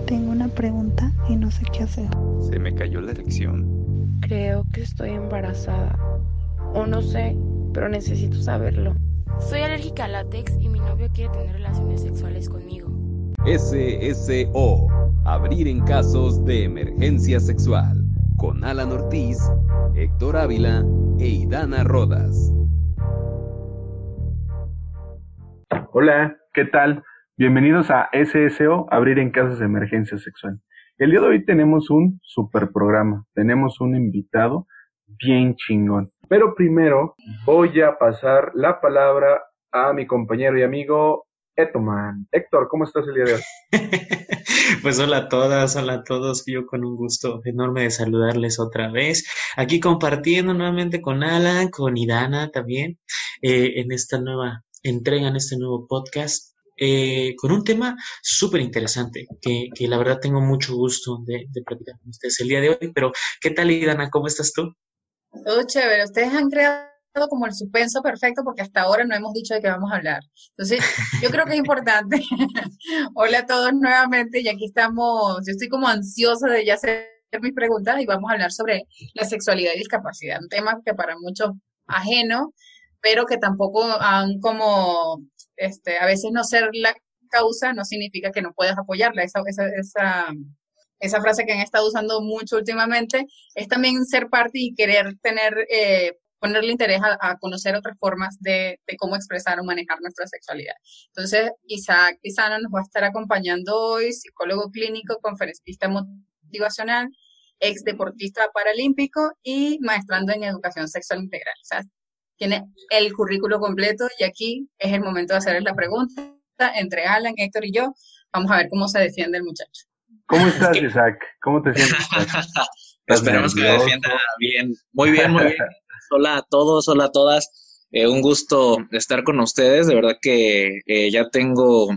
Tengo una pregunta y no sé qué hacer. Se me cayó la erección. Creo que estoy embarazada. O no sé, pero necesito saberlo. Soy alérgica al látex y mi novio quiere tener relaciones sexuales conmigo. SSO, abrir en casos de emergencia sexual, con Alan Ortiz, Héctor Ávila e Idana Rodas. Hola, ¿qué tal? Bienvenidos a SSO, abrir en casos de emergencia sexual. El día de hoy tenemos un super programa, tenemos un invitado bien chingón. Pero primero voy a pasar la palabra a mi compañero y amigo Etoman. Héctor, ¿cómo estás el día de hoy? Pues hola a todas, hola a todos, yo con un gusto enorme de saludarles otra vez, aquí compartiendo nuevamente con Alan, con Idana también, en esta nueva entrega, en este nuevo podcast, con un tema súper interesante, que la verdad tengo mucho gusto de platicar con ustedes el día de hoy, pero ¿qué tal, Idana? ¿Cómo estás tú? Todo chévere. Ustedes han creado como el suspenso perfecto porque hasta ahora no hemos dicho de qué vamos a hablar. Entonces, yo creo que es importante. Hola a todos nuevamente y aquí estamos. Yo estoy como ansiosa de ya hacer mis preguntas y vamos a hablar sobre la sexualidad y discapacidad, un tema que para muchos ajeno, pero que tampoco han como, a veces no ser la causa no significa que no puedas apoyarla. Esa frase que han estado usando mucho últimamente es también ser parte y querer ponerle interés a conocer otras formas de cómo expresar o manejar nuestra sexualidad. Entonces, Isaac Pisano nos va a estar acompañando hoy, psicólogo clínico, conferencista motivacional, ex deportista paralímpico y maestrando en educación sexual integral. O sea, tiene el currículo completo y aquí es el momento de hacerles la pregunta entre Alan, Héctor y yo. Vamos a ver cómo se defiende el muchacho. ¿Cómo estás, Isaac? ¿Cómo te sientes, Isaac? Esperemos que me defienda bien. Muy bien, muy bien. Hola a todos, hola a todas. Un gusto estar con ustedes. De verdad que ya tengo,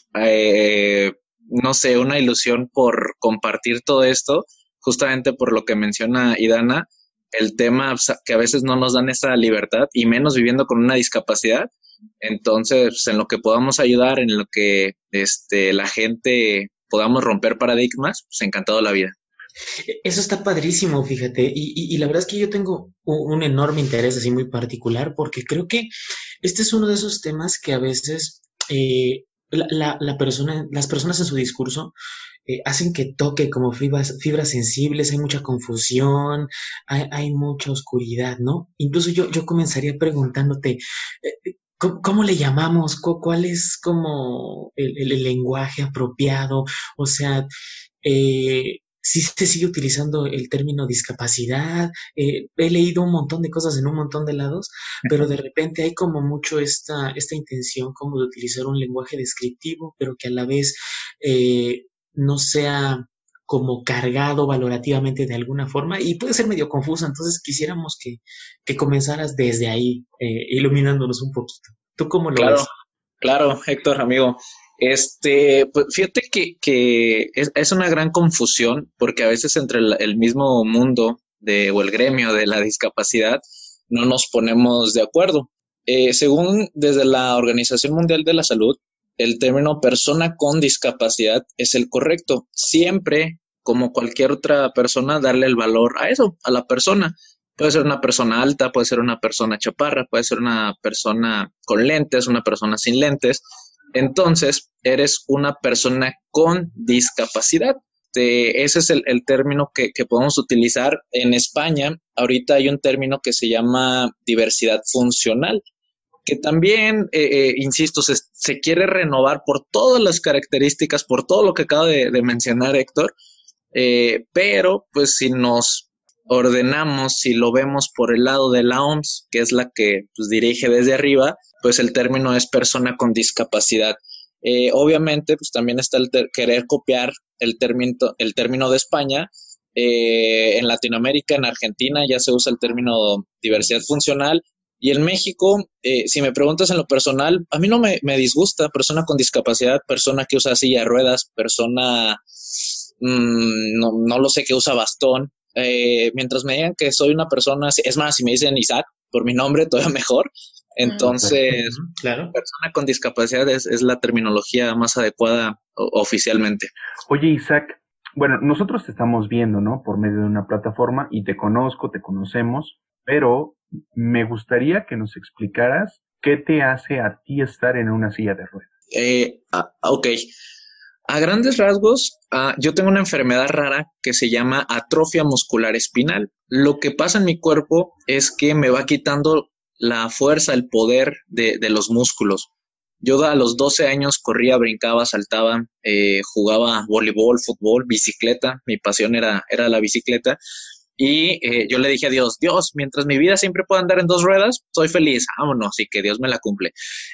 no sé, una ilusión por compartir todo esto, justamente por lo que menciona Idana, el tema que a veces no nos dan esa libertad, y menos viviendo con una discapacidad. Entonces, pues, en lo que podamos ayudar, en lo que la gente podamos romper paradigmas, pues encantado la vida. Eso está padrísimo, fíjate, y la verdad es que yo tengo un enorme interés así muy particular, porque creo que este es uno de esos temas que a veces las personas en su discurso hacen que toque como fibras sensibles, hay mucha confusión, hay mucha oscuridad, ¿no? Incluso yo comenzaría preguntándote, ¿cómo le llamamos? ¿Cuál es como el lenguaje apropiado? O sea, sí se sigue utilizando el término discapacidad. He leído un montón de cosas en un montón de lados, pero de repente hay como mucho esta intención como de utilizar un lenguaje descriptivo, pero que a la vez no sea como cargado valorativamente de alguna forma y puede ser medio confuso. Entonces quisiéramos que comenzaras desde ahí, iluminándonos un poquito. ¿Tú cómo lo ves? Claro, Héctor, amigo. Pues fíjate que es una gran confusión, porque a veces entre el mismo mundo o el gremio de la discapacidad no nos ponemos de acuerdo. Según desde la Organización Mundial de la Salud, el término persona con discapacidad es el correcto. Siempre, como cualquier otra persona, darle el valor a eso, a la persona. Puede ser una persona alta, puede ser una persona chaparra, puede ser una persona con lentes, una persona sin lentes. Entonces, eres una persona con discapacidad. Ese es el término que podemos utilizar. En España, ahorita hay un término que se llama diversidad funcional, que también, insisto, se quiere renovar por todas las características, por todo lo que acabo de mencionar, Héctor, pero pues si nos ordenamos, si lo vemos por el lado de la OMS, que es la que pues, dirige desde arriba, pues el término es persona con discapacidad. Obviamente, pues también está querer copiar el término de España. En Latinoamérica, en Argentina, ya se usa el término diversidad funcional. Y en México, si me preguntas en lo personal, a mí no me disgusta persona con discapacidad, persona que usa silla de ruedas, persona, no lo sé, que usa bastón. Mientras me digan que soy una persona, es más, si me dicen Isaac por mi nombre, todavía mejor. Entonces, claro. persona con discapacidad es la terminología más adecuada oficialmente. Oye, Isaac, bueno, nosotros te estamos viendo, ¿no? Por medio de una plataforma y te conozco, te conocemos, pero me gustaría que nos explicaras qué te hace a ti estar en una silla de ruedas. Ok. A grandes rasgos, yo tengo una enfermedad rara que se llama atrofia muscular espinal. Lo que pasa en mi cuerpo es que me va quitando la fuerza, el poder de los músculos. Yo a los 12 años corría, brincaba, saltaba, jugaba voleibol, fútbol, bicicleta. Mi pasión era la bicicleta. Y yo le dije a Dios, mientras mi vida siempre pueda andar en dos ruedas, soy feliz. Vámonos, y que Dios me la cumple.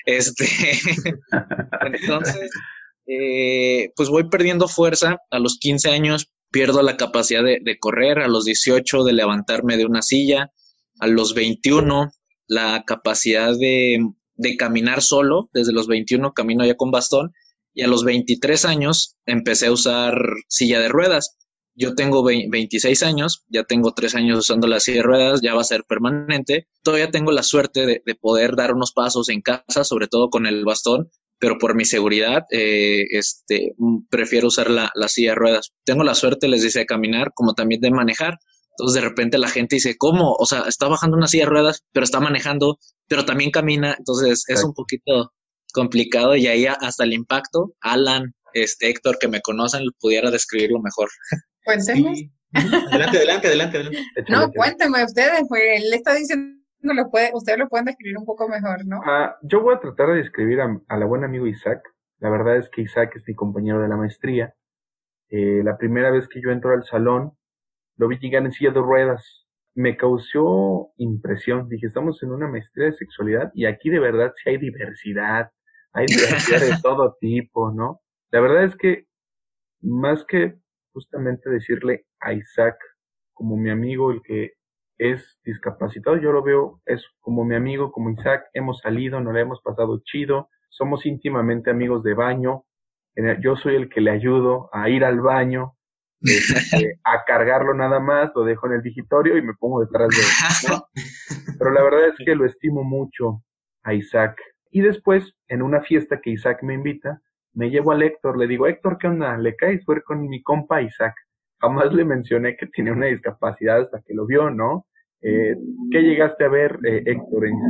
Entonces, pues voy perdiendo fuerza. A los 15 años pierdo la capacidad de correr. A los 18 de levantarme de una silla. A los 21 la capacidad de caminar solo. Desde los 21 camino ya con bastón. Y a los 23 años empecé a usar silla de ruedas. Yo tengo 26 años, ya tengo 3 años usando la silla de ruedas, ya va a ser permanente. Todavía tengo la suerte de poder dar unos pasos en casa, sobre todo con el bastón, pero por mi seguridad prefiero usar la silla de ruedas. Tengo la suerte, les dice, de caminar, como también de manejar. Entonces de repente la gente dice, ¿cómo? O sea, está bajando una silla de ruedas, pero está manejando, pero también camina. Entonces es un poquito complicado y ahí hasta el impacto, Alan, Héctor, que me conocen, pudiera describirlo mejor. Cuéntenos. Sí. Adelante. No, cuéntenme ustedes, pues él le está diciendo, ustedes lo pueden describir un poco mejor, ¿no? Yo voy a tratar de describir a la buen amigo Isaac. La verdad es que Isaac es mi compañero de la maestría. La primera vez que yo entro al salón, lo vi llegar en silla de ruedas. Me causó impresión. Dije, estamos en una maestría de sexualidad y aquí de verdad sí hay diversidad de todo tipo, ¿no? La verdad es que más que justamente decirle a Isaac como mi amigo, el que es discapacitado, yo lo veo es como mi amigo, como Isaac, hemos salido, nos la hemos pasado chido, somos íntimamente amigos de baño, yo soy el que le ayudo a ir al baño, a cargarlo nada más, lo dejo en el digitorio y me pongo detrás de él, ¿no? Pero la verdad es que lo estimo mucho a Isaac. Y después, en una fiesta que Isaac me invita, me llevo al Héctor, le digo, Héctor, ¿qué onda? ¿Le caes? Fue con mi compa Isaac. Jamás le mencioné que tenía una discapacidad hasta que lo vio, ¿no? ¿Qué llegaste a ver, Héctor, en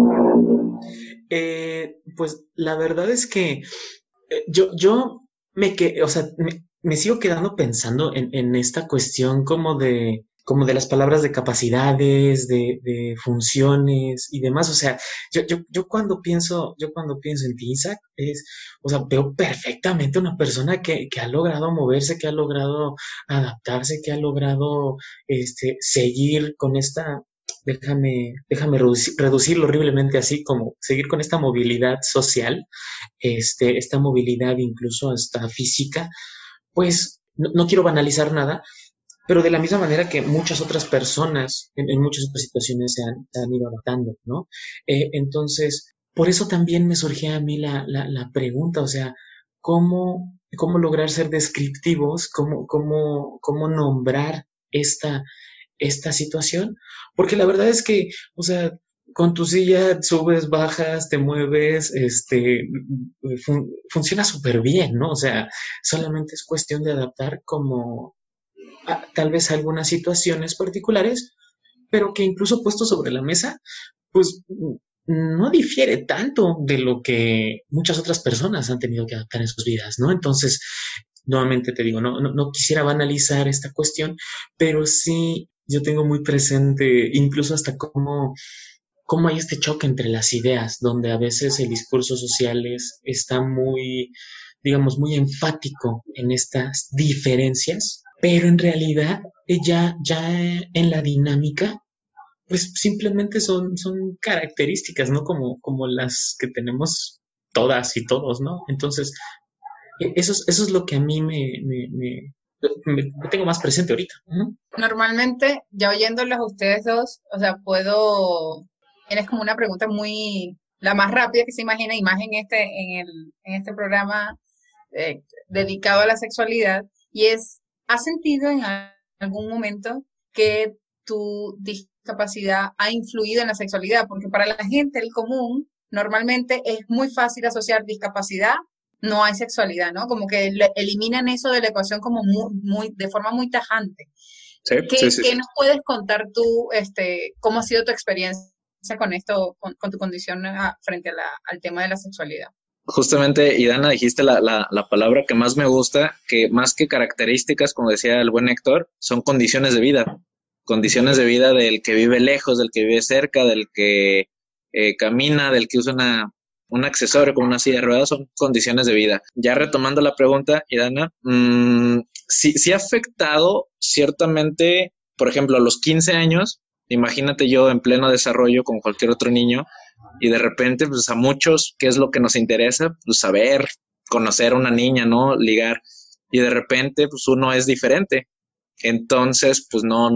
Isaac? Pues la verdad es que yo me sigo quedando pensando en esta cuestión como de las palabras de capacidades, de funciones y demás. O sea, yo cuando pienso en ti, Isaac, veo perfectamente una persona que ha logrado moverse, que ha logrado adaptarse, que ha logrado seguir con esta, déjame reducirlo horriblemente así, como seguir con esta movilidad social, esta movilidad incluso hasta física. Pues no quiero banalizar nada, pero de la misma manera que muchas otras personas en muchas otras situaciones se han ido adaptando, ¿no? Entonces, por eso también me surgía a mí la pregunta, o sea, ¿cómo lograr ser descriptivos? ¿Cómo nombrar esta situación? Porque la verdad es que, o sea, con tu silla subes, bajas, te mueves, funciona súper bien, ¿no? O sea, solamente es cuestión de adaptar como tal vez algunas situaciones particulares, pero que incluso puesto sobre la mesa, pues no difiere tanto de lo que muchas otras personas han tenido que adaptar en sus vidas, ¿no? Entonces, nuevamente te digo, no quisiera banalizar esta cuestión, pero sí yo tengo muy presente incluso hasta cómo hay este choque entre las ideas, donde a veces el discurso social está muy, digamos, muy enfático en estas diferencias, pero en realidad ya en la dinámica, pues simplemente son características, ¿no? Como las que tenemos todas y todos, ¿no? Entonces, eso es lo que a mí me tengo más presente ahorita. ¿No? Normalmente, ya oyéndolos a ustedes dos, o sea, tienes como una pregunta la más rápida que se imagina, y más en este programa dedicado a la sexualidad, y es, ¿has sentido en algún momento que tu discapacidad ha influido en la sexualidad, porque para la gente, el común, normalmente es muy fácil asociar discapacidad, no hay sexualidad, ¿no? Como que eliminan eso de la ecuación como de forma muy tajante. Sí, ¿Qué nos puedes contar tú, cómo ha sido tu experiencia con esto, con tu condición frente al tema de la sexualidad? Justamente, Idana, dijiste la palabra que más me gusta, que más que características, como decía el buen Héctor, son condiciones de vida. Condiciones de vida del que vive lejos, del que vive cerca, del que camina, del que usa un accesorio como una silla de ruedas, son condiciones de vida. Ya retomando la pregunta, Idana, sí ha afectado ciertamente, por ejemplo, a los 15 años, imagínate yo en pleno desarrollo como cualquier otro niño, y de repente, pues a muchos, ¿qué es lo que nos interesa? Pues saber, conocer a una niña, ¿no? Ligar. Y de repente, pues uno es diferente. Entonces, pues no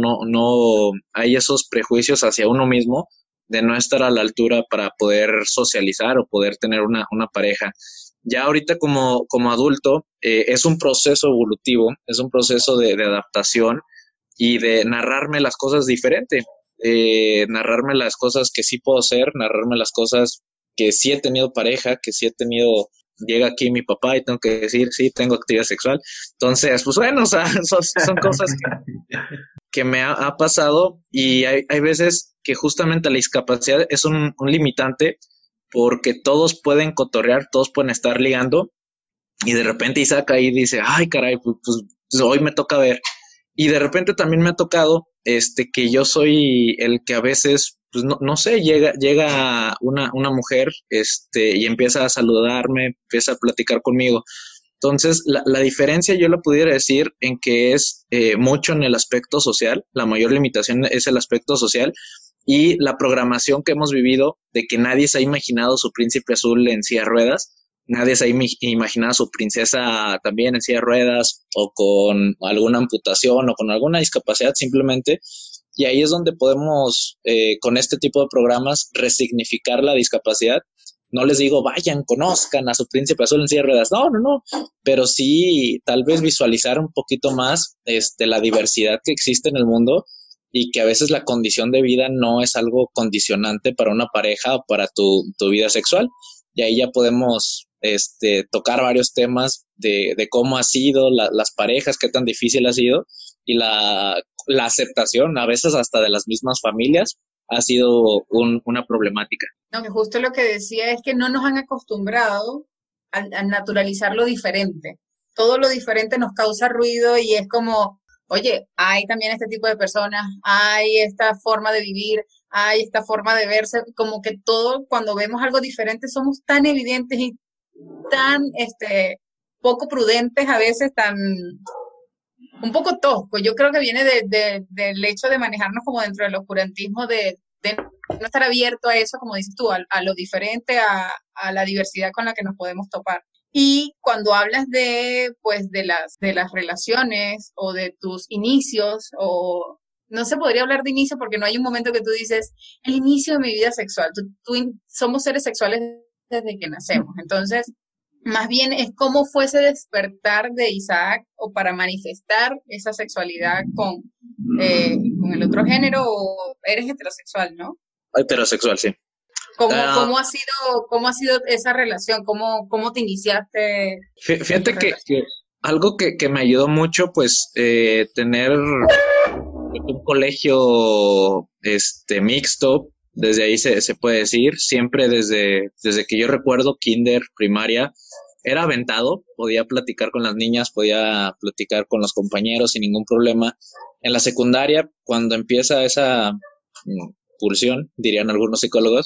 hay esos prejuicios hacia uno mismo de no estar a la altura para poder socializar o poder tener una pareja. Ya ahorita como adulto, es un proceso evolutivo, es un proceso de adaptación y de narrarme las cosas diferente. Narrarme las cosas que sí puedo hacer, narrarme las cosas que sí he tenido pareja, que sí he tenido, llega aquí mi papá y tengo que decir, sí, tengo actividad sexual. Entonces, pues bueno, o sea, son cosas que me ha pasado, y hay veces que justamente la discapacidad es un limitante, porque todos pueden cotorrear, todos pueden estar ligando, y de repente Isaac ahí dice, ay caray, pues hoy me toca ver. Y de repente también me ha tocado que yo soy el que a veces, pues no sé, llega una mujer y empieza a saludarme, empieza a platicar conmigo. Entonces, la diferencia yo la pudiera decir en que es mucho en el aspecto social, la mayor limitación es el aspecto social y la programación que hemos vivido de que nadie se ha imaginado su príncipe azul en silla de ruedas. Nadie se ha imaginado a su princesa también en silla de ruedas o con alguna amputación o con alguna discapacidad simplemente. Y ahí es donde podemos, con este tipo de programas, resignificar la discapacidad. No les digo, vayan, conozcan a su príncipe azul en silla de ruedas. No. Pero sí, tal vez visualizar un poquito más la diversidad que existe en el mundo y que a veces la condición de vida no es algo condicionante para una pareja o para tu vida sexual. Y ahí ya podemos tocar varios temas de cómo ha sido las parejas, qué tan difícil ha sido, y la aceptación, a veces hasta de las mismas familias, ha sido una problemática. No, que justo lo que decía es que no nos han acostumbrado a naturalizar lo diferente. Todo lo diferente nos causa ruido y es como, oye, hay también este tipo de personas, hay esta forma de vivir, hay esta forma de verse, como que todo, cuando vemos algo diferente, somos tan evidentes y tan poco prudentes, a veces tan un poco tosco. Yo creo que viene del hecho de manejarnos como dentro del oscurantismo, de no estar abierto a eso, como dices tú, a lo diferente, a la diversidad con la que nos podemos topar. Y cuando hablas pues, de las relaciones o de tus inicios, o no se podría hablar de inicio porque no hay un momento que tú dices, el inicio de mi vida sexual. Somos seres sexuales desde que nacemos. Entonces, más bien es cómo fue ese despertar de Isaac o para manifestar esa sexualidad con el otro género, o eres heterosexual, ¿no? Heterosexual, sí. ¿Cómo ha sido esa relación? ¿Cómo te iniciaste? Fíjate que algo que me ayudó mucho, pues, tener un colegio mixto, desde ahí se puede decir, siempre desde que yo recuerdo, kinder, primaria, era aventado, podía platicar con las niñas, podía platicar con los compañeros sin ningún problema. En la secundaria, cuando empieza esa pulsión, dirían algunos psicólogos,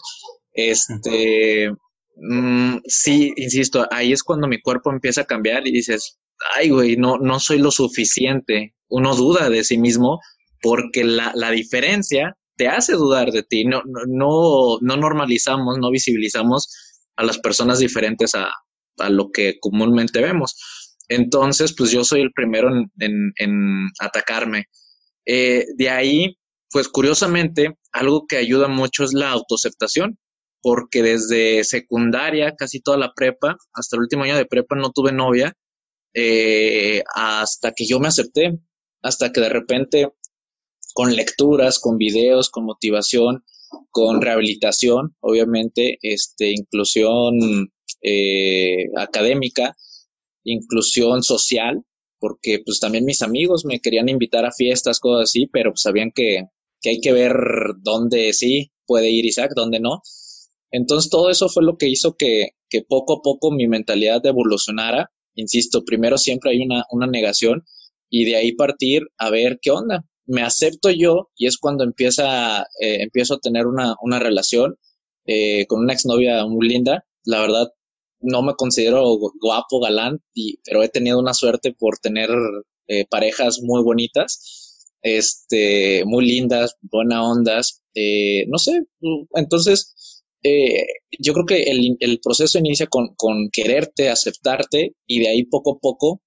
sí, insisto, ahí es cuando mi cuerpo empieza a cambiar y dices, ay, güey, no soy lo suficiente. Uno duda de sí mismo porque la diferencia te hace dudar de ti. No normalizamos, no visibilizamos a las personas diferentes a lo que comúnmente vemos. Entonces, pues yo soy el primero en atacarme. De ahí, pues curiosamente, algo que ayuda mucho es la autoaceptación, porque desde secundaria, casi toda la prepa, hasta el último año de prepa no tuve novia, hasta que yo me acepté, hasta que de repente con lecturas, con videos, con motivación, con rehabilitación, obviamente, inclusión académica, inclusión social, porque pues también mis amigos me querían invitar a fiestas, cosas así, pero pues sabían que hay que ver dónde sí puede ir Isaac, dónde no. Entonces todo eso fue lo que hizo que poco a poco mi mentalidad evolucionara. Insisto, primero siempre hay una negación y de ahí partir a ver qué onda. Me acepto yo y es cuando empiezo a tener una relación con una exnovia muy linda. La verdad, no me considero guapo, galán, pero he tenido una suerte por tener parejas muy bonitas, muy lindas, buenas ondas, no sé. Entonces, yo creo que el proceso inicia con quererte, aceptarte, y de ahí poco a poco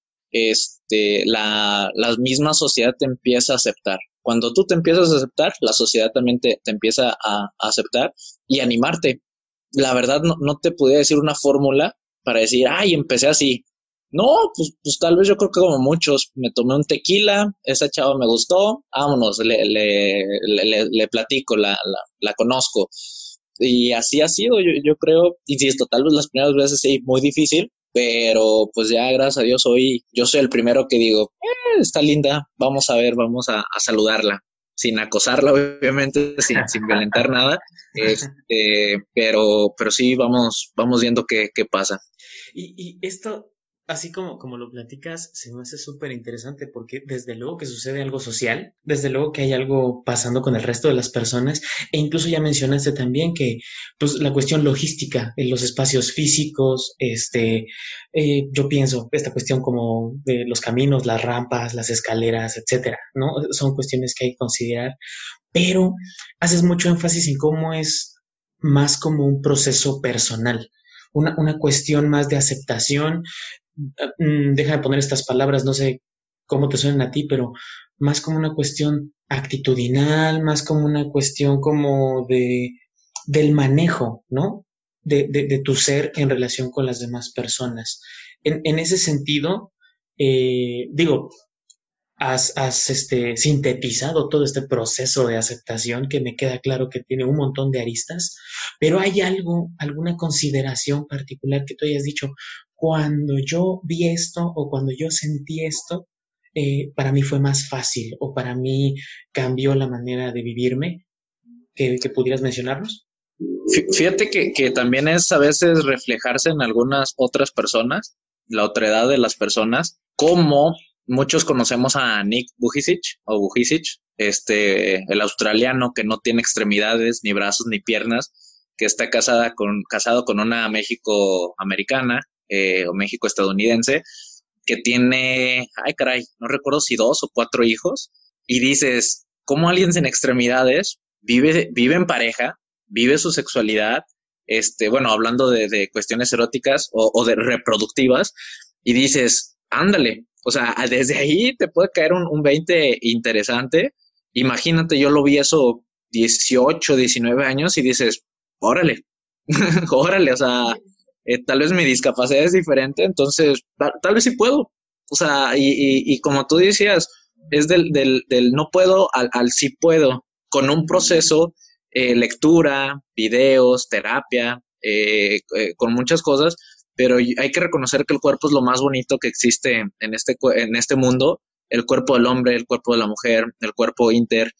la misma sociedad te empieza a aceptar. Cuando tú te empiezas a aceptar, la sociedad también te empieza a aceptar y animarte. La verdad no te podría decir una fórmula para decir, ay, empecé así. No, pues tal vez yo creo que como muchos, me tomé un tequila, esa chava me gustó, vámonos, le platico, la conozco. Y así ha sido, yo creo, insisto, tal vez las primeras veces sí, muy difícil, pero pues ya gracias a Dios yo soy el primero que digo, está linda, vamos a ver, vamos a saludarla, sin acosarla, obviamente, sin violentar nada, pero sí vamos viendo qué pasa. Y esto, así como lo platicas, se me hace súper interesante porque desde luego que sucede algo social, desde luego que hay algo pasando con el resto de las personas, e incluso ya mencionaste también que pues la cuestión logística en los espacios físicos, yo pienso esta cuestión como de los caminos, las rampas, las escaleras, etcétera, ¿no? Son cuestiones que hay que considerar, pero haces mucho énfasis en cómo es más como un proceso personal, una cuestión más de aceptación. Deja de poner estas palabras, no sé cómo te suenan a ti, pero más como una cuestión actitudinal, más como una cuestión como del manejo, ¿no? De tu ser en relación con las demás personas. En ese sentido, digo, has sintetizado todo este proceso de aceptación que me queda claro que tiene un montón de aristas, pero hay alguna consideración particular que tú hayas dicho, cuando yo vi esto o cuando yo sentí esto, para mí fue más fácil o para mí cambió la manera de vivirme, que pudieras mencionarnos. Fíjate que también es a veces reflejarse en algunas otras personas, la otredad de las personas, como muchos conocemos a Nick Vujicic, el australiano que no tiene extremidades, ni brazos, ni piernas, que está casado con una México-americana o México-estadounidense, que tiene, ay caray, no recuerdo si 2 o 4 hijos, y dices, ¿cómo alguien sin extremidades vive en pareja, vive su sexualidad, bueno, hablando de cuestiones eróticas o de reproductivas, y dices, ándale, o sea, desde ahí te puede caer un 20 interesante. Imagínate, yo lo vi eso 18, 19 años y dices, órale, órale, o sea, tal vez mi discapacidad es diferente, entonces tal vez sí puedo. O sea, y como tú decías, es del no puedo al sí puedo, con un proceso, lectura, videos, terapia, con muchas cosas. Pero hay que reconocer que el cuerpo es lo más bonito que existe en este mundo. El cuerpo del hombre, el cuerpo de la mujer, el cuerpo inter,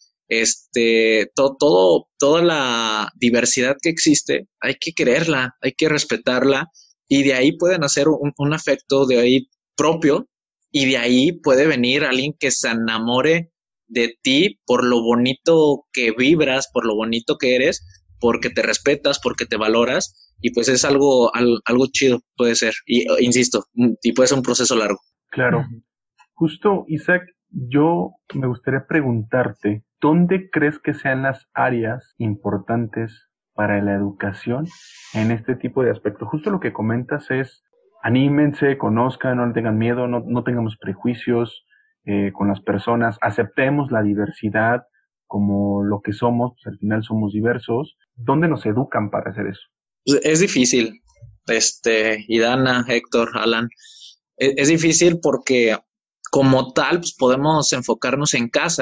toda la diversidad que existe, hay que quererla, hay que respetarla, y de ahí pueden hacer un afecto de ahí propio, y de ahí puede venir alguien que se enamore de ti por lo bonito que vibras, por lo bonito que eres, porque te respetas, porque te valoras. Y pues es algo chido, puede ser. Y insisto, y puede ser un proceso largo. Claro. Justo, Isaac, yo me gustaría preguntarte, ¿dónde crees que sean las áreas importantes para la educación en este tipo de aspectos? Justo lo que comentas es, anímense, conozcan, no tengan miedo, no tengamos prejuicios con las personas, aceptemos la diversidad como lo que somos, pues al final somos diversos. ¿Dónde nos educan para hacer eso? Es difícil, Idana, Héctor, Alan, es difícil porque como tal pues podemos enfocarnos en casa,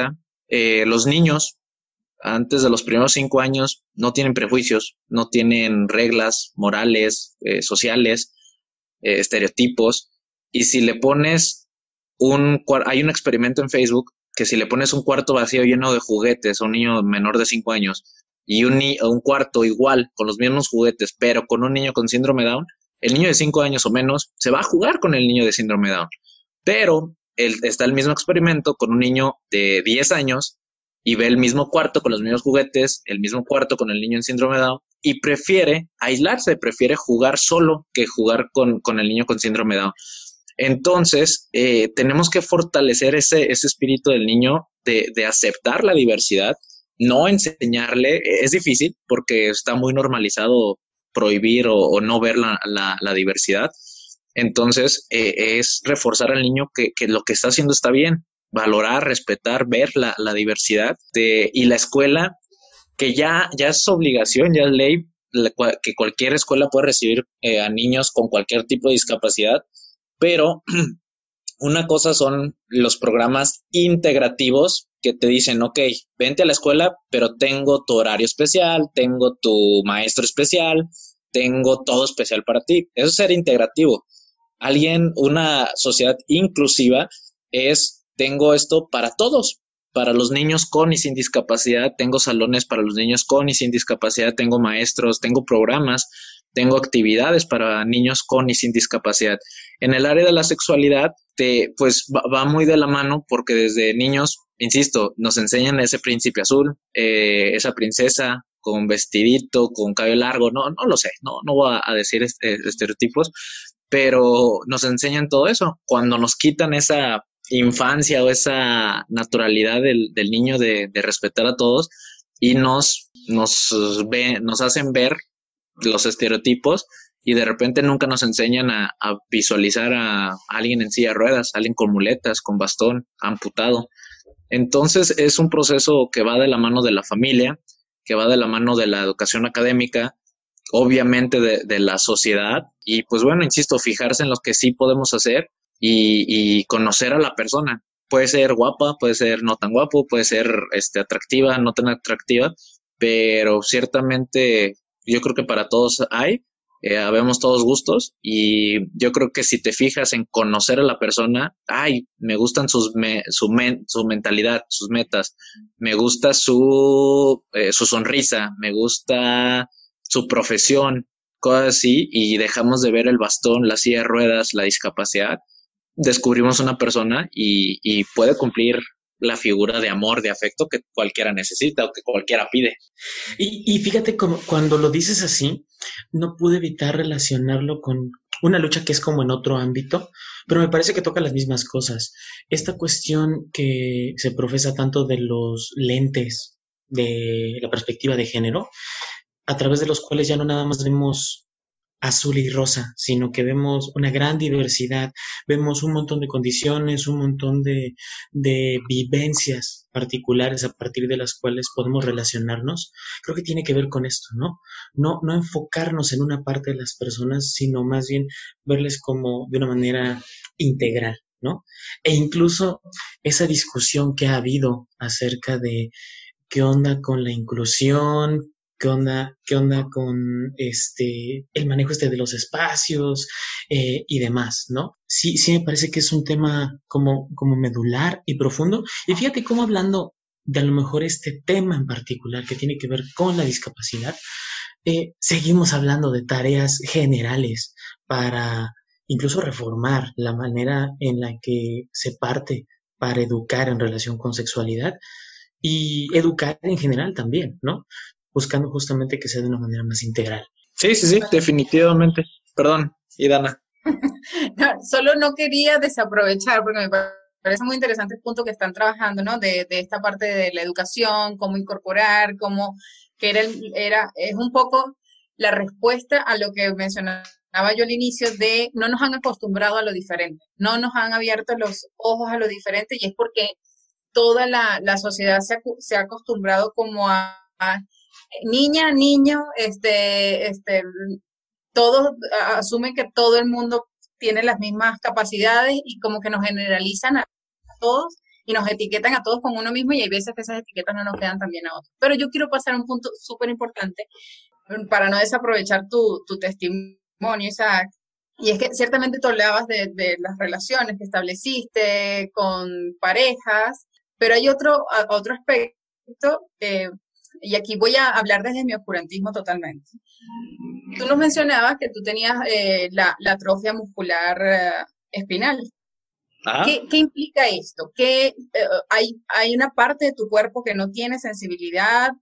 los niños, antes de los primeros 5 años, no tienen prejuicios, no tienen reglas morales, sociales, estereotipos. Y si le pones hay un experimento en Facebook que si le pones un cuarto vacío lleno de juguetes a un niño menor de 5 años y un cuarto igual con los mismos juguetes, pero con un niño con síndrome Down, el niño de 5 años o menos se va a jugar con el niño de síndrome Down. Pero está el mismo experimento con un niño de 10 años y ve el mismo cuarto con los mismos juguetes, el mismo cuarto con el niño en síndrome Down y prefiere aislarse, prefiere jugar solo que jugar con el niño con síndrome Down. Entonces, tenemos que fortalecer ese espíritu del niño de aceptar la diversidad, no enseñarle, es difícil porque está muy normalizado prohibir o no ver la diversidad. Entonces, es reforzar al niño que lo que está haciendo está bien, valorar, respetar, ver la diversidad y la escuela, que ya es obligación, ya es ley, que cualquier escuela puede recibir a niños con cualquier tipo de discapacidad, pero una cosa son los programas integrativos que te dicen, ok, vente a la escuela, pero tengo tu horario especial, tengo tu maestro especial, tengo todo especial para ti. Eso es ser integrativo. Una sociedad inclusiva tengo esto para todos, para los niños con y sin discapacidad, tengo salones para los niños con y sin discapacidad, tengo maestros, tengo programas, tengo actividades para niños con y sin discapacidad. En el área de la sexualidad, pues va muy de la mano porque desde niños, insisto, nos enseñan ese príncipe azul, esa princesa con vestidito, con cabello largo, no lo sé, no voy a decir estereotipos, pero nos enseñan todo eso. Cuando nos quitan esa infancia o esa naturalidad del niño de respetar a todos y nos hacen ver los estereotipos y de repente nunca nos enseñan a visualizar a alguien en silla de ruedas, alguien con muletas, con bastón, amputado. Entonces es un proceso que va de la mano de la familia, que va de la mano de la educación académica, obviamente de la sociedad y pues bueno, insisto, fijarse en lo que sí podemos hacer y conocer a la persona. Puede ser guapa, puede ser no tan guapo, puede ser atractiva, no tan atractiva, pero ciertamente yo creo que para todos habemos todos gustos y yo creo que si te fijas en conocer a la persona, me gustan su mentalidad, sus metas, me gusta su sonrisa, me gusta su profesión, cosas así, y dejamos de ver el bastón, la silla de ruedas, la discapacidad, descubrimos una persona y puede cumplir la figura de amor, de afecto que cualquiera necesita o que cualquiera pide. Y fíjate, cuando lo dices así, no pude evitar relacionarlo con una lucha que es como en otro ámbito, pero me parece que toca las mismas cosas. Esta cuestión que se profesa tanto de los lentes de la perspectiva de género, a través de los cuales ya no nada más vemos azul y rosa, sino que vemos una gran diversidad, vemos un montón de condiciones, un montón de vivencias particulares a partir de las cuales podemos relacionarnos. Creo que tiene que ver con esto, ¿no? No enfocarnos en una parte de las personas, sino más bien verles como de una manera integral, ¿no? E incluso esa discusión que ha habido acerca de qué onda con la inclusión, qué onda con el manejo de los espacios y demás, ¿no? Sí me parece que es un tema como medular y profundo. Y fíjate cómo hablando de a lo mejor este tema en particular que tiene que ver con la discapacidad, seguimos hablando de tareas generales para incluso reformar la manera en la que se parte para educar en relación con sexualidad y educar en general también, ¿no? Buscando justamente que sea de una manera más integral. Sí, definitivamente. Perdón, Idana. No, solo no quería desaprovechar, porque me parece muy interesante el punto que están trabajando, ¿no? De esta parte de la educación, cómo incorporar, que es un poco la respuesta a lo que mencionaba yo al inicio de no nos han acostumbrado a lo diferente, no nos han abierto los ojos a lo diferente y es porque toda la sociedad se ha acostumbrado como a niña, niño, todos asumen que todo el mundo tiene las mismas capacidades y como que nos generalizan a todos y nos etiquetan a todos con uno mismo y hay veces que esas etiquetas no nos quedan también a otros. Pero yo quiero pasar a un punto súper importante para no desaprovechar tu testimonio, Isaac. Y es que ciertamente tú hablabas de las relaciones que estableciste con parejas, pero hay otro aspecto, y aquí voy a hablar desde mi oscurantismo totalmente. Tú nos mencionabas que tú tenías la atrofia muscular espinal. ¿Qué implica esto? Que hay una parte de tu cuerpo que no tiene sensibilidad,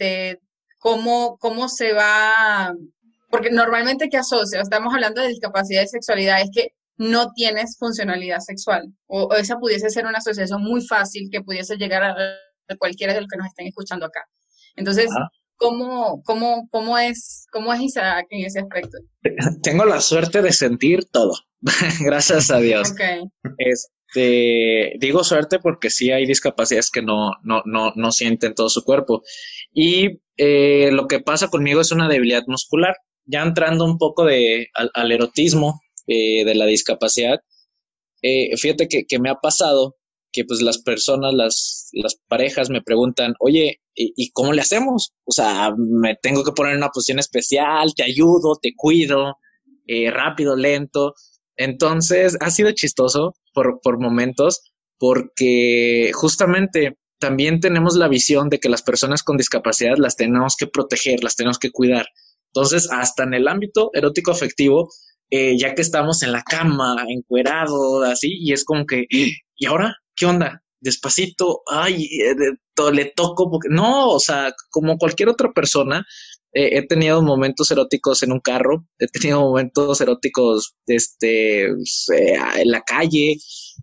¿cómo se va? Porque normalmente, ¿qué asocia? Estamos hablando de discapacidad de sexualidad, es que no tienes funcionalidad sexual, o esa pudiese ser una asociación muy fácil que pudiese llegar a cualquiera de los que nos estén escuchando acá. Entonces, ¿cómo es Isaac en ese aspecto? Tengo la suerte de sentir todo, gracias a Dios. Okay. Digo suerte porque sí hay discapacidades que no sienten todo su cuerpo. Y lo que pasa conmigo es una debilidad muscular. Ya entrando un poco al erotismo de la discapacidad, fíjate que me ha pasado que pues las personas, las parejas me preguntan, oye, ¿y cómo le hacemos? O sea, me tengo que poner en una posición especial, te ayudo, te cuido, rápido, lento. Entonces ha sido chistoso por momentos, porque justamente también tenemos la visión de que las personas con discapacidad las tenemos que proteger, las tenemos que cuidar. Entonces, hasta en el ámbito erótico afectivo, ya que estamos en la cama, encuerado, así, y es como que, ¿y ahora qué onda? Despacito, ay, le toco, porque no, o sea, como cualquier otra persona, he tenido momentos eróticos en un carro, he tenido momentos eróticos, en la calle,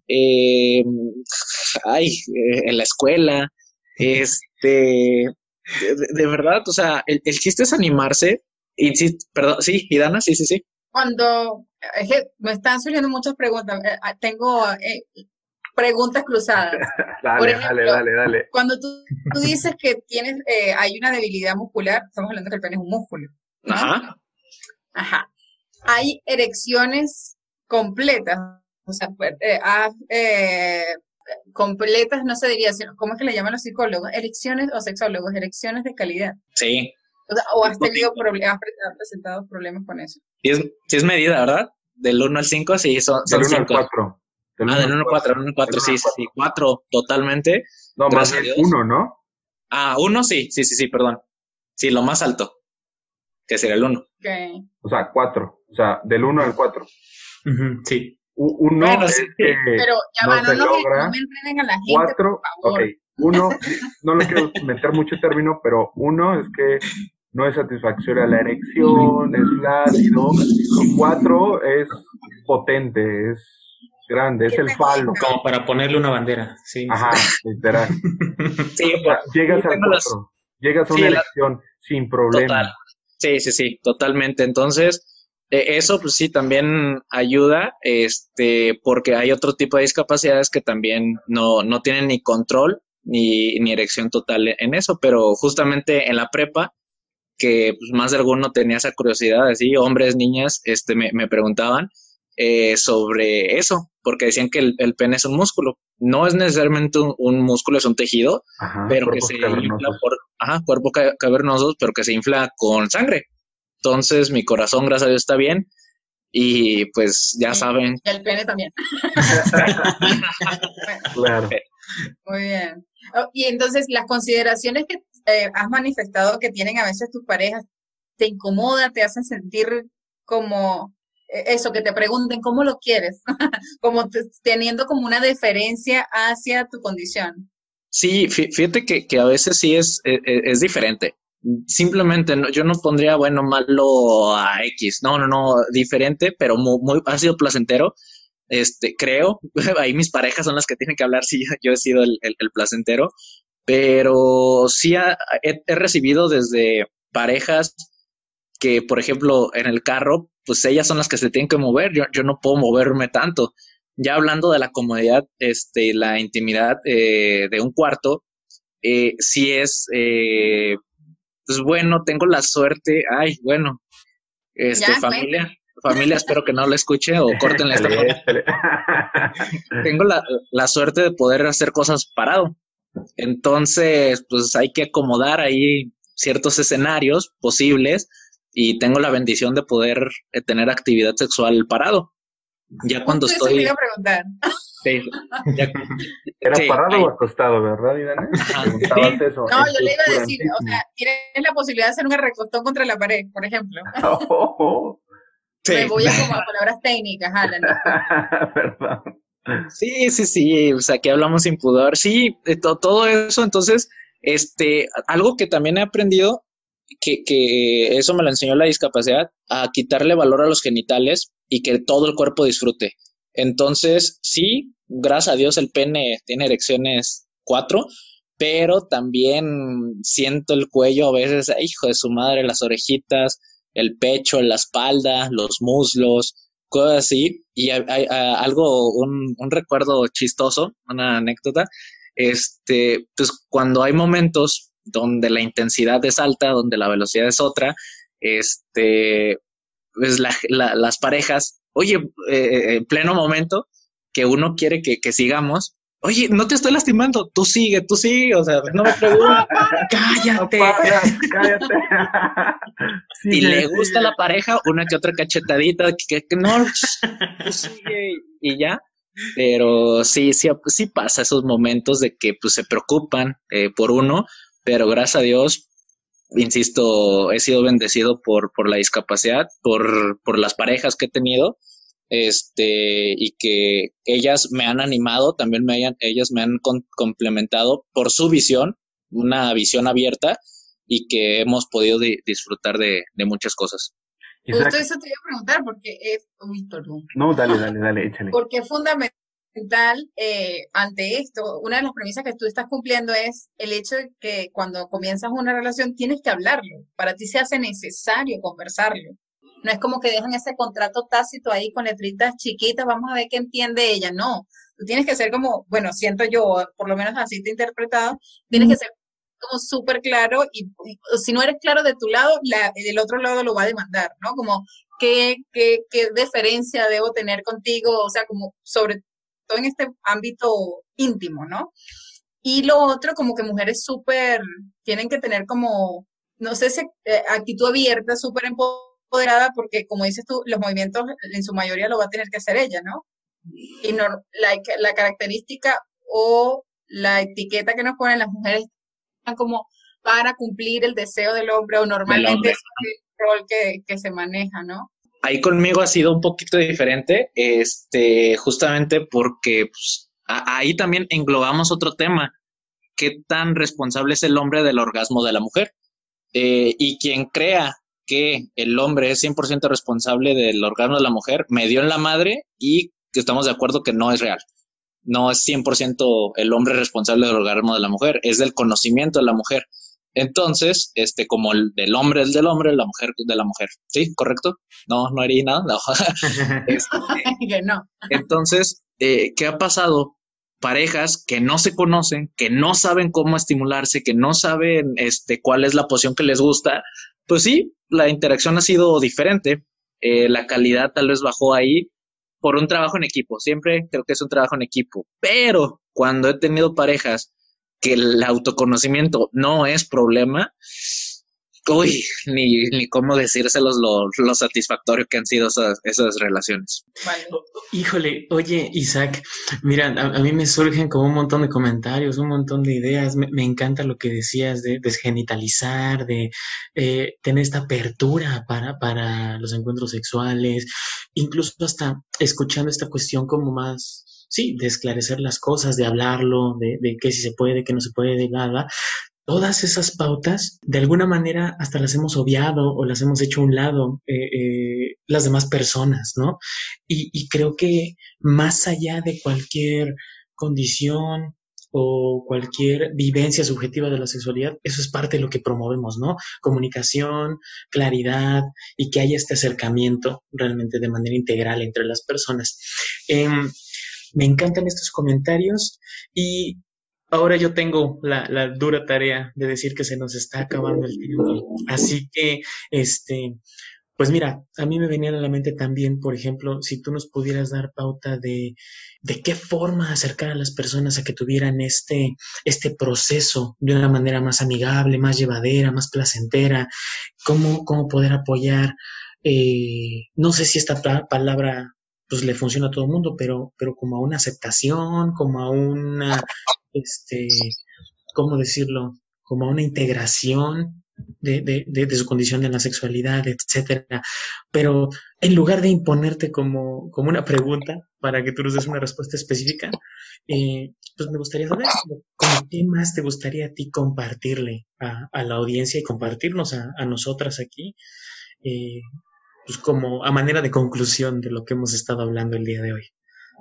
en la escuela, de verdad, o sea, el chiste es animarse. Y sí, perdón, sí, y Dana, sí. Es que me están surgiendo muchas preguntas, tengo preguntas cruzadas. Por ejemplo, dale. Cuando tú dices que tienes, hay una debilidad muscular, estamos hablando que el pene es un músculo, ¿no? Ajá. Hay erecciones completas, o sea, completas no se diría, sino, ¿cómo es que le llaman los psicólogos? Erecciones o sexólogos, erecciones de calidad. Sí. O has tenido problemas, has presentado problemas con eso. Sí es medida, ¿verdad? Del 1 al 5, sí, son del 1 5. Al 4. Del 1 al 4, sí, 4, totalmente. No, más bien 1, ¿no? 1, sí, perdón. Sí, lo más alto, que sería el 1. Okay. O sea, 4, o sea, del 1 al 4. Sí. 1 bueno, es que pero ya no se logra. No me entrenen a la gente, 4, por favor. Ok, 1, no le quiero meter mucho término, pero 1 es que no es satisfactoria la erección, es flácido. 4 es potente, es grande, es el falo. Como para ponerle una bandera, sí. Ajá, literal. Sí, llegas al 4, llegas a una erección sin problema. Total. Sí, totalmente. Entonces, eso pues sí también ayuda, porque hay otro tipo de discapacidades que también no tienen ni control ni erección total en eso, pero justamente en la prepa, que pues, más de alguno tenía esa curiosidad, así, hombres, niñas, me preguntaban sobre eso, porque decían que el pene es un músculo. No es necesariamente un músculo, es un tejido, pero que se infla cuerpo cavernoso, pero que se infla con sangre. Entonces, mi corazón, gracias a Dios, está bien. Y pues ya saben. Y el pene también. Claro. Muy bien. Y entonces, las consideraciones que has manifestado que tienen a veces tus parejas, ¿te incomoda, te hacen sentir como eso, que te pregunten cómo lo quieres? Como teniendo como una deferencia hacia tu condición. Sí, fíjate que a veces sí es diferente. Simplemente yo no pondría bueno, malo a X. No, diferente, pero muy ha sido placentero. Creo, ahí mis parejas son las que tienen que hablar si yo he sido el placentero, pero sí he recibido desde parejas que, por ejemplo, en el carro, pues ellas son las que se tienen que mover, yo no puedo moverme tanto. Ya hablando de la comodidad, la intimidad de un cuarto, sí es, pues bueno, tengo la suerte, familia, familia, espero que no lo escuche o córtenle esta parte. Tengo la suerte de poder hacer cosas parado. Entonces, pues hay que acomodar ahí ciertos escenarios posibles y tengo la bendición de poder tener actividad sexual parado. Ya cuando Justo estoy... Eso te iba a preguntar. Sí, ya, ¿Era sí, parado ahí. o acostado, verdad, Idane? Preguntabas eso. No, en yo tu le iba a decir, o oscurantismo. sea, tienes la posibilidad de hacer un recostón contra la pared, por ejemplo. Sí. Me voy a como a palabras técnicas, Alan. Perdón. Sí, o sea, que hablamos sin pudor. Sí, todo eso. Entonces, algo que también he aprendido, que eso me lo enseñó la discapacidad, a quitarle valor a los genitales y que todo el cuerpo disfrute. Entonces, sí, gracias a Dios el pene tiene erecciones 4, pero también siento el cuello a veces, hijo de su madre, las orejitas, el pecho, la espalda, los muslos, cosas así. Y hay algo, un recuerdo chistoso, una anécdota, pues cuando hay momentos donde la intensidad es alta, donde la velocidad es otra, pues las parejas, oye, en pleno momento que uno quiere que sigamos, oye, no te estoy lastimando, tú sigue, o sea, no me preguntes, cállate. Cállate. Si le gusta a la pareja, una que otra cachetadita, que no, tú sigue y ya. Pero sí pasa esos momentos de que pues se preocupan por uno, pero gracias a Dios, insisto, he sido bendecido por la discapacidad, por las parejas que he tenido, y que ellas me han animado, también ellas me han complementado por su visión, una visión abierta, y que hemos podido disfrutar de muchas cosas. Justo eso te iba a preguntar, porque es... Uy, perdón. No, dale, échale. Porque es fundamental ante esto, una de las premisas que tú estás cumpliendo es el hecho de que cuando comienzas una relación tienes que hablarlo. Para ti se hace necesario conversarlo. No es como que dejan ese contrato tácito ahí con letritas chiquitas, vamos a ver qué entiende ella. No, tú tienes que ser como, bueno, siento yo, por lo menos así te he interpretado, tienes que ser como súper claro y si no eres claro de tu lado, el otro lado lo va a demandar, ¿no? Como qué deferencia debo tener contigo, o sea, como sobre todo en este ámbito íntimo, ¿no? Y lo otro, como que mujeres súper, tienen que tener como, no sé si actitud abierta, súper empoderada, porque como dices tú, los movimientos en su mayoría lo va a tener que hacer ella, ¿no? Y no, la característica o la etiqueta que nos ponen las mujeres como para cumplir el deseo del hombre o normalmente es el rol que se maneja, ¿no? Ahí conmigo ha sido un poquito diferente, justamente porque pues, ahí también englobamos otro tema, qué tan responsable es el hombre del orgasmo de la mujer, y quien crea que el hombre es 100% responsable del orgasmo de la mujer, me dio en la madre y que estamos de acuerdo que no es real. No es 100% el hombre responsable del orgasmo de la mujer, es del conocimiento de la mujer. Entonces, como el del hombre es del hombre, la mujer de la mujer. ¿Sí? ¿Correcto? No herí nada. No. Que no. Entonces, ¿qué ha pasado? Parejas que no se conocen, que no saben cómo estimularse, que no saben cuál es la posición que les gusta, pues sí, la interacción ha sido diferente. La calidad tal vez bajó ahí por un trabajo en equipo. Siempre creo que es un trabajo en equipo. Pero cuando he tenido parejas que el autoconocimiento no es problema, uy, ni cómo decírselos lo satisfactorio que han sido esas relaciones. Vale. Híjole, oye, Isaac, mira, a mí me surgen como un montón de comentarios, un montón de ideas. Me encanta lo que decías de desgenitalizar, de tener esta apertura para los encuentros sexuales, incluso hasta escuchando esta cuestión como más, sí, de esclarecer las cosas, de hablarlo, de qué sí se puede, qué no se puede, nada. Todas esas pautas, de alguna manera, hasta las hemos obviado o las hemos hecho a un lado las demás personas, ¿no? Y creo que más allá de cualquier condición o cualquier vivencia subjetiva de la sexualidad, eso es parte de lo que promovemos, ¿no? Comunicación, claridad y que haya este acercamiento realmente de manera integral entre las personas. Me encantan estos comentarios y ahora yo tengo la dura tarea de decir que se nos está acabando el tiempo. Así que, Pues mira, a mí me venía a la mente también, por ejemplo, si tú nos pudieras dar pauta de qué forma acercar a las personas a que tuvieran este proceso de una manera más amigable, más llevadera, más placentera, cómo poder apoyar, no sé si esta palabra pues le funciona a todo el mundo, pero como a una aceptación, como a una, este, ¿cómo decirlo? Como a una integración de su condición en la sexualidad, etcétera. Pero en lugar de imponerte como una pregunta para que tú nos des una respuesta específica, pues me gustaría saber ¿cómo qué más te gustaría a ti compartirle a la audiencia y compartirnos a nosotras aquí, pues como a manera de conclusión de lo que hemos estado hablando el día de hoy.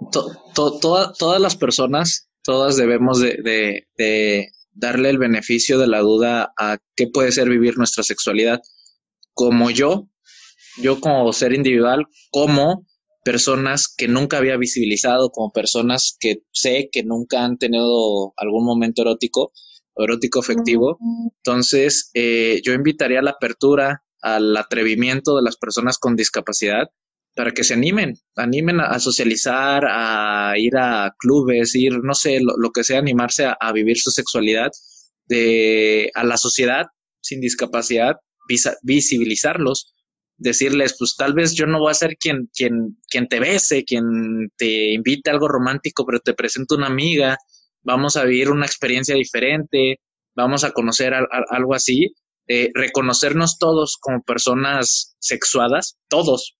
Todas las personas, todas debemos de darle el beneficio de la duda a qué puede ser vivir nuestra sexualidad. Como yo como ser individual, como personas que nunca había visibilizado, como personas que sé que nunca han tenido algún momento erótico afectivo. Entonces, yo invitaría a la apertura, al atrevimiento de las personas con discapacidad para que se animen a socializar, a ir a clubes, no sé, lo que sea, animarse a vivir su sexualidad, a la sociedad sin discapacidad, visibilizarlos, decirles, pues tal vez yo no voy a ser quien te bese, quien te invite a algo romántico, pero te presento una amiga, vamos a vivir una experiencia diferente, vamos a conocer algo así, reconocernos todos como personas sexuadas, todos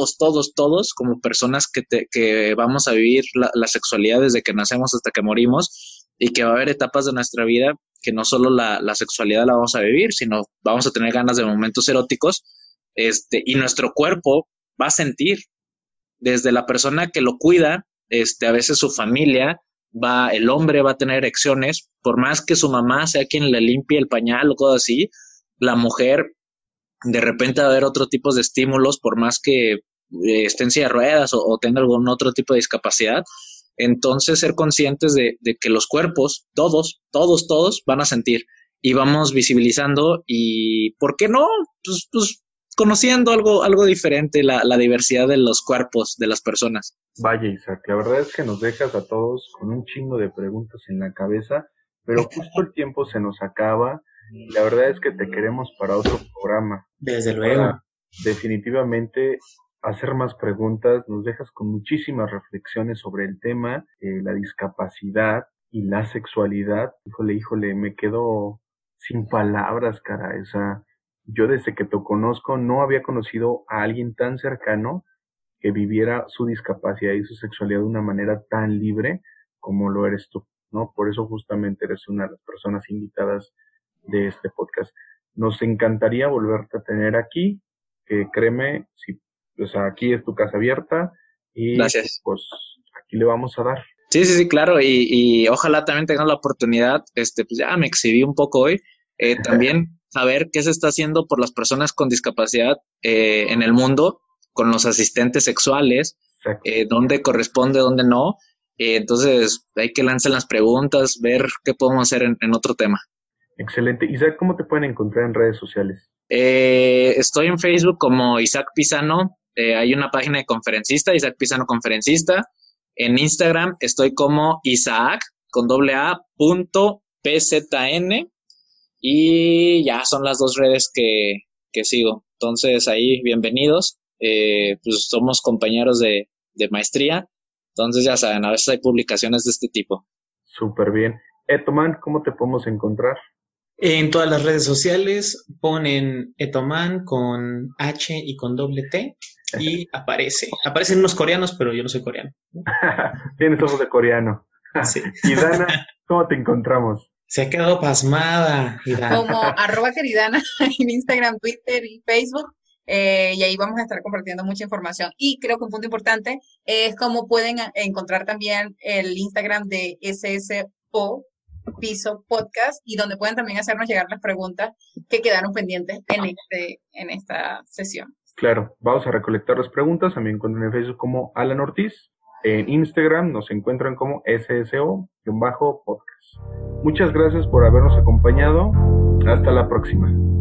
como personas que vamos a vivir la sexualidad desde que nacemos hasta que morimos, y que va a haber etapas de nuestra vida que no solo la sexualidad la vamos a vivir, sino vamos a tener ganas de momentos eróticos, y nuestro cuerpo va a sentir, desde la persona que lo cuida, a veces su familia, el hombre va a tener erecciones, por más que su mamá sea quien le limpie el pañal o cosas así, la mujer de repente va a haber otro tipo de estímulos, por más que esté en silla de ruedas o tenga algún otro tipo de discapacidad. Entonces, ser conscientes de que los cuerpos, todos van a sentir, y vamos visibilizando, y ¿por qué no? Pues conociendo algo diferente, la diversidad de los cuerpos de las personas. Vaya, Isaac, la verdad es que nos dejas a todos con un chingo de preguntas en la cabeza, pero justo el tiempo se nos acaba. La verdad es que te queremos para otro programa. Desde luego. Definitivamente hacer más preguntas. Nos dejas con muchísimas reflexiones sobre el tema, la discapacidad y la sexualidad. Híjole, me quedo sin palabras, caray. O sea, yo desde que te conozco no había conocido a alguien tan cercano que viviera su discapacidad y su sexualidad de una manera tan libre como lo eres tú, ¿no? Por eso justamente eres una de las personas invitadas de este podcast. Nos encantaría volverte a tener aquí, que créeme, pues aquí es tu casa abierta y gracias. Pues aquí le vamos a dar. Sí, claro, y ojalá también tengan la oportunidad, pues ya me exhibí un poco hoy, también saber qué se está haciendo por las personas con discapacidad en el mundo, con los asistentes sexuales, dónde corresponde, dónde no. Entonces hay que lanzar las preguntas, ver qué podemos hacer en otro tema. Excelente. Isaac, ¿cómo te pueden encontrar en redes sociales? Estoy en Facebook como Isaac Pisano. Hay una página de conferencista, Isaac Pisano Conferencista. En Instagram estoy como Isaac con .pzn, y ya son las dos redes que sigo. Entonces ahí, bienvenidos. Pues somos compañeros de maestría. Entonces ya saben, a veces hay publicaciones de este tipo. Súper bien. Etoman, ¿cómo te podemos encontrar? En todas las redes sociales ponen Etoman con H y con T y aparecen unos coreanos, pero yo no soy coreano. Tienes ojos de coreano. Sí. Y Dana, ¿cómo te encontramos? Se ha quedado pasmada, Dana. Como @queridana en Instagram, Twitter y Facebook. Y ahí vamos a estar compartiendo mucha información. Y creo que un punto importante es cómo pueden encontrar también el Instagram de SSO Piso Podcast, y donde pueden también hacernos llegar las preguntas que quedaron pendientes en esta sesión. Claro, vamos a recolectar las preguntas. También encuentran en Facebook como Alan Ortiz. En Instagram nos encuentran como SSO-podcast. Muchas gracias por habernos acompañado. Hasta la próxima.